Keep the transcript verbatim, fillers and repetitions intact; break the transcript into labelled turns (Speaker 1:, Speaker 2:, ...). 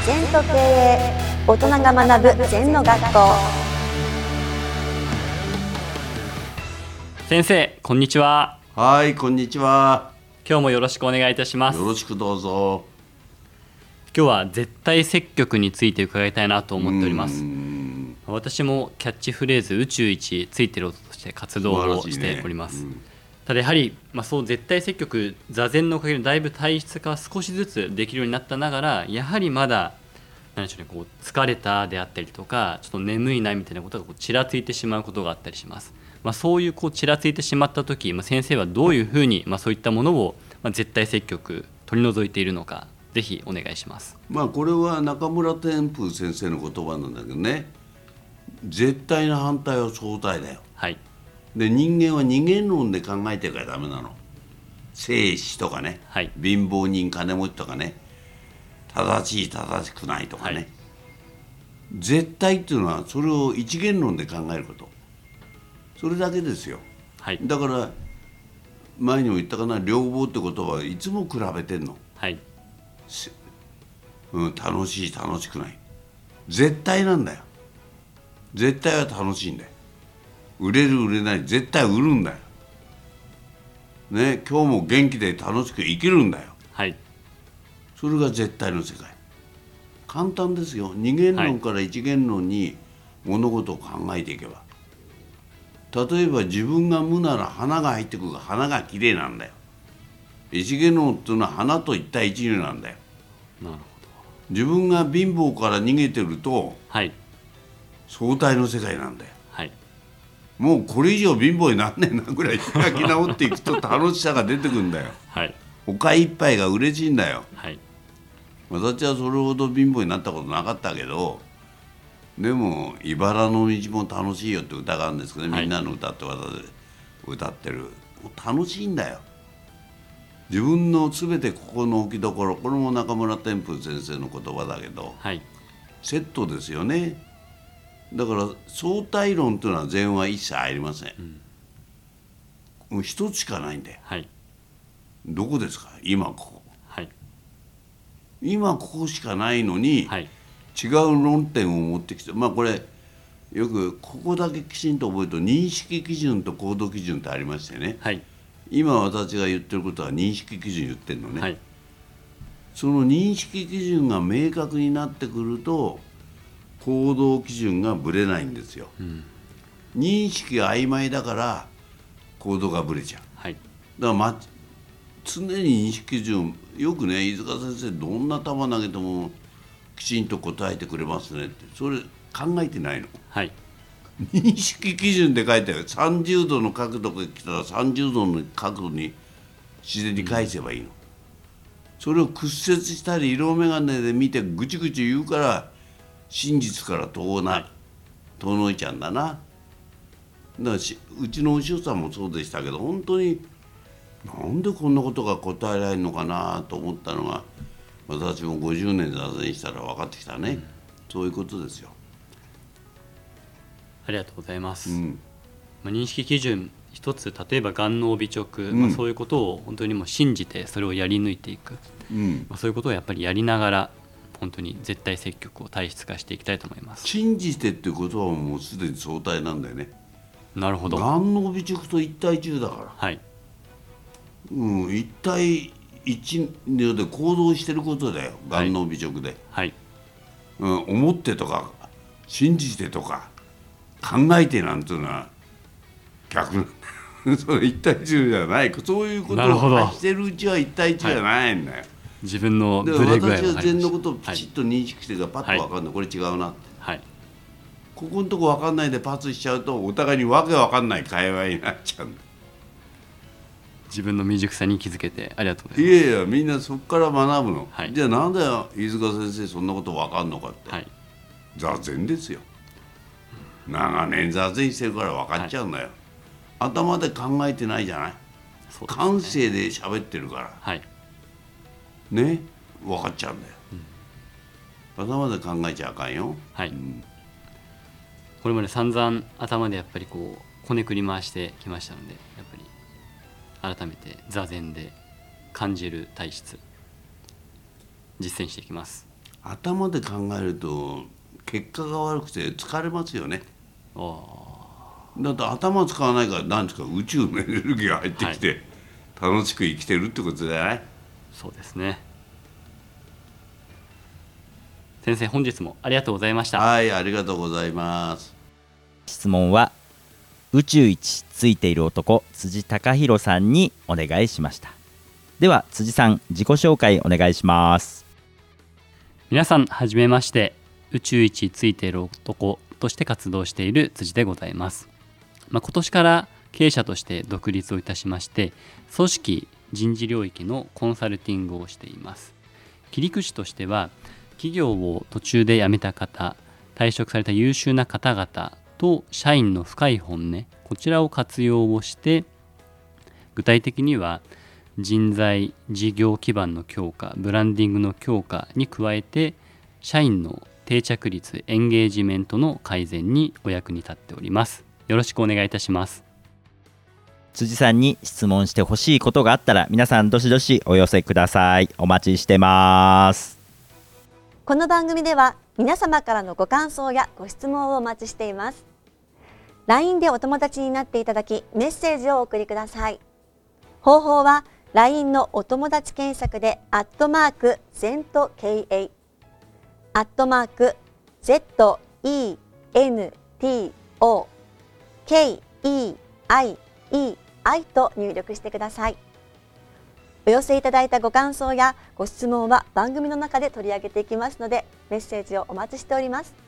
Speaker 1: 禅と経営、大人が学ぶ禅の学校。
Speaker 2: 先生、こんにちは。
Speaker 3: はい、こんにちは。
Speaker 2: 今日もよろしくお願いいたします。
Speaker 3: よろしくどうぞ。
Speaker 2: 今日は絶対積極について伺いたいなと思っております。
Speaker 3: うーん
Speaker 2: 私もキャッチフレーズ宇宙一ついてる音として活動をしております。
Speaker 3: 素晴らしいね。
Speaker 2: ただやはり、まあ、そう絶対積極、座禅のおかげでだいぶ体質化は少しずつできるようになったながら、やはりまだ何でしょうね、こう疲れたであったりとか、ちょっと眠いなみたいなことがこうちらついてしまうことがあったりします。まあ、そういうこうちらついてしまったとき、まあ、先生はどういうふうに、まあ、そういったものを、まあ、絶対積極取り除いているのか、ぜひお願いします。
Speaker 3: まあこれは中村天風先生の言葉なんだけどね、絶対の反対は相対だよ。
Speaker 2: はい。
Speaker 3: で、人間は二元論で考えてるからダメなの。生死とかね、
Speaker 2: はい、
Speaker 3: 貧乏人金持ちとかね、正しい正しくないとかね、
Speaker 2: はい、
Speaker 3: 絶対っていうのはそれを一元論で考えること、それだけですよ。
Speaker 2: はい、
Speaker 3: だから前にも言ったかな、両方って言葉はいつも比べてんの、
Speaker 2: はい、
Speaker 3: うん、楽しい楽しくない、絶対なんだよ。絶対は楽しいんだよ。売れる売れない絶対売るんだよね。今日も元気で楽しく生きるんだよ。
Speaker 2: はい、
Speaker 3: それが絶対の世界。簡単ですよ。二元論から一元論に物事を考えていけば、例えば自分が無なら花が入ってくるから花がきれいなんだよ。一元論っていうのは花と一対一流なんだよ。
Speaker 2: なるほど。
Speaker 3: 自分が貧乏から逃げてると、
Speaker 2: はい、
Speaker 3: 相対の世界なんだよ。
Speaker 2: はい、
Speaker 3: もうこれ以上貧乏になんねえなぐらい開き直っていくと楽しさが出てくるんだよ。
Speaker 2: はい、
Speaker 3: おかい一杯が嬉しいんだよ。
Speaker 2: はい、
Speaker 3: 私はそれほど貧乏になったことなかったけど、でも茨の道も楽しいよって歌があるんですけど、ね、
Speaker 2: はい、
Speaker 3: みんなの歌って私歌ってる。楽しいんだよ。自分の全てここの置きどころ、これも中村天風先生の言葉だけど、
Speaker 2: はい、
Speaker 3: セットですよね。だから相対論というのは禅は一切ありません、うん、もう一つしかないんだよ。
Speaker 2: はい、
Speaker 3: どこですか、今ここ、
Speaker 2: はい、
Speaker 3: 今ここしかないのに、
Speaker 2: はい、
Speaker 3: 違う論点を持ってきて、まあこれよくここだけきちんと覚えると、認識基準と行動基準ってありましてね、
Speaker 2: はい、
Speaker 3: 今私が言ってることは認識基準言ってるのね、
Speaker 2: はい、
Speaker 3: その認識基準が明確になってくると行動基準がぶれないんですよ、うん、認識が曖昧だから行動がぶれちゃう、はい、だから、ま、常に認識基準、よくね、飯塚先生どんな球投げてもきちんと答えてくれますねって、それ考えてないの、はい、認識基準で書いてある。さんじゅうどの角度が来たらさんじゅうどの角度に自然に返せばいいの、うん、それを屈折したり色眼鏡で見てぐちぐち言うから真実から遠な遠のいちゃうんだな。だからしうちのお師匠さんもそうでしたけど、本当になんでこんなことが答えられるのかなと思ったのが、私もごじゅうねん座禅したら分かってきたね、うん、そういうことですよ。
Speaker 2: ありがとうございます、
Speaker 3: うん、
Speaker 2: まあ、認識基準一つ、例えば眼脳美直、うん、まあ、そういうことを本当にもう信じてそれをやり抜いていく、うん、まあ、そういうことをやっぱりやりながら本当に絶対積極を体質化していきたいと思います。
Speaker 3: 信じてっていうことはもうすでに相対なんだよね。
Speaker 2: なるほど。
Speaker 3: 眼脳美直と一対一だから、はい、うん、一対一で行動してることだよ、眼脳美直で、はい、うん、思ってとか信じてとか考えてなんていうのは逆なんだよそれ一対一じゃない、そういうことをしてるうちは一対一じゃないんだよ、はい、
Speaker 2: 自分のブレ具合は分かりました。
Speaker 3: 私は禅のことをきちっと認識してからパッと分かるの、はい、これ違うなって、はい、ここのとこ分かんないでパスしちゃうとお互いにわけ分かんない会話になっちゃうんだ。
Speaker 2: 自分の未熟さに気づけてありがとうございます。
Speaker 3: いやいや、みんなそこから学ぶの、はい、じゃあなんだよ飯塚先生そんなこと分かんのかって、はい、座禅ですよ。長年座禅してるから分かっちゃうんだよ、はい、頭で考えてないじゃない、そうですね、感性で喋ってるから、はい、ね、分かっちゃうんだよ、うん、頭で考えちゃあかんよ、はい、うん、
Speaker 2: これまで散々頭でやっぱりこうこねくり回してきましたので、やっぱり改めて座禅で感じる体質実践していきます。
Speaker 3: 頭で考えると結果が悪くて疲れますよね。
Speaker 2: あ
Speaker 3: だって頭使わないから何ですか、宇宙のエネルギーが入ってきて、はい、楽しく生きてるってことじゃない？
Speaker 2: そうですね。先生、本日もありがとうございました。
Speaker 3: はい、ありがとうございます。
Speaker 4: 質問は宇宙一ついている男辻貴弘さんにお願いしました。では辻さん、自己紹介お願いします。
Speaker 2: 皆さんはじめまして、宇宙一ついている男として活動している辻でございます。まあ、今年から経営者として独立をいたしまして、組織人事領域のコンサルティングをしています。切り口としては、企業を途中で辞めた方、退職された優秀な方々と社員の深い本音、こちらを活用をして、具体的には人材事業基盤の強化、ブランディングの強化に加えて、社員の定着率、エンゲージメントの改善にお役に立っております。よろしくお願いいたします。
Speaker 4: 辻さんに質問してほしいことがあったら、皆さんどしどしお寄せください。お待ちしてます。
Speaker 1: この番組では皆様からのご感想やご質問をお待ちしています。ライン でお友達になっていただき、メッセージをお送りください。方法は ライン のお友達検索でアットマーク ゼント ケーエー アットマーク ゼット イー エヌ ティー オー ケー イー アイ イー アイ と入力してください。お寄せいただいたご感想やご質問は番組の中で取り上げていきますので、メッセージをお待ちしております。